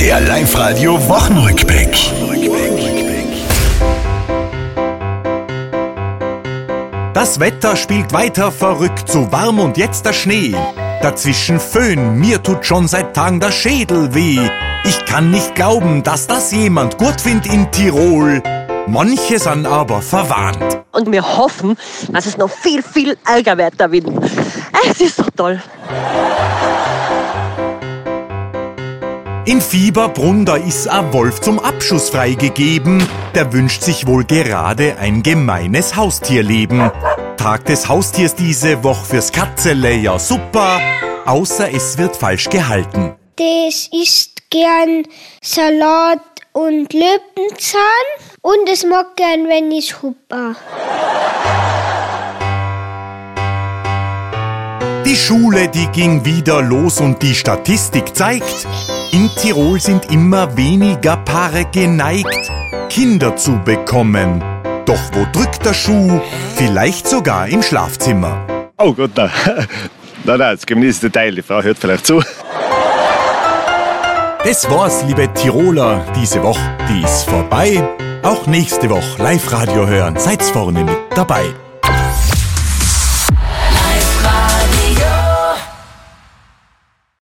Der Live-Radio-Wochenrückblick. Das Wetter spielt weiter verrückt, so warm und jetzt der Schnee. Dazwischen Föhn, mir tut schon seit Tagen der Schädel weh. Ich kann nicht glauben, dass das jemand gut findet in Tirol. Manche sind aber verwarnt. Und wir hoffen, dass es noch viel, viel ärger wird, der Wind. Es ist so toll. In Fieberbrunn, da ist ein Wolf zum Abschuss freigegeben. Der wünscht sich wohl gerade ein gemeines Haustierleben. Tag des Haustiers diese Woche fürs Katzele, ja super. Außer es wird falsch gehalten. Das isst gern Salat und Löwenzahn und es mag gern, wenn ich hupper. Die Schule, die ging wieder los und die Statistik zeigt, in Tirol sind immer weniger Paare geneigt, Kinder zu bekommen. Doch wo drückt der Schuh? Vielleicht sogar im Schlafzimmer. Oh Gott, nein. Nein, das genießte Teil, die Frau hört vielleicht zu. Das war's, liebe Tiroler, diese Woche, die ist vorbei. Auch nächste Woche Live-Radio hören, seid's vorne mit dabei.